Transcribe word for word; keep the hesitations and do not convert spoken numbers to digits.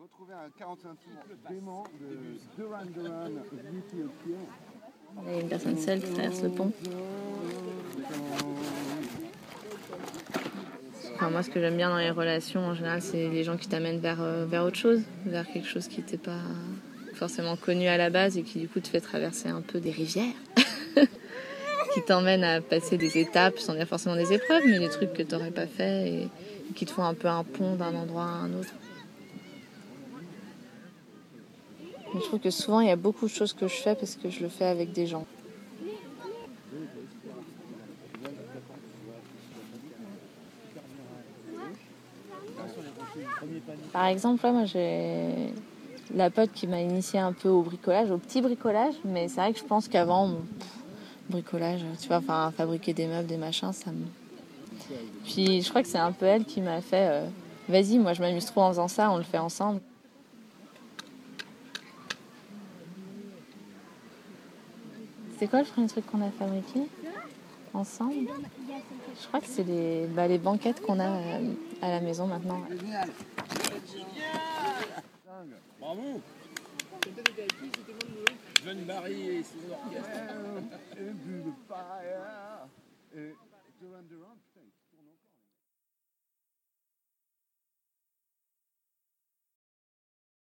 retrouvé un quarante et un tours dément de Duran Duran V P O Q. Il y a une personne seule qui traverse le pont. Enfin, moi, ce que j'aime bien dans les relations, en général, c'est les gens qui t'amènent vers, euh, vers autre chose, vers quelque chose qui n'était pas forcément connu à la base et qui, du coup, te fait traverser un peu des rivières, qui t'emmènent à passer des étapes, sans dire forcément des épreuves, mais des trucs que tu n'aurais pas fait et, et qui te font un peu un pont d'un endroit à un autre. Mais je trouve que souvent, il y a beaucoup de choses que je fais parce que je le fais avec des gens. Par exemple, là, moi, j'ai la pote qui m'a initiée un peu au bricolage, au petit bricolage, mais c'est vrai que je pense qu'avant, bon, bricolage, tu vois, enfin, fabriquer des meubles, des machins, ça me... Puis je crois que c'est un peu elle qui m'a fait euh, vas-y, moi je m'amuse trop en faisant ça, on le fait ensemble. C'est quoi le premier truc qu'on a fabriqué ensemble? Je crois que c'est les, bah, les banquettes qu'on a euh, à la maison maintenant. Génial. Bravo. Jeune Barry et son orchestre.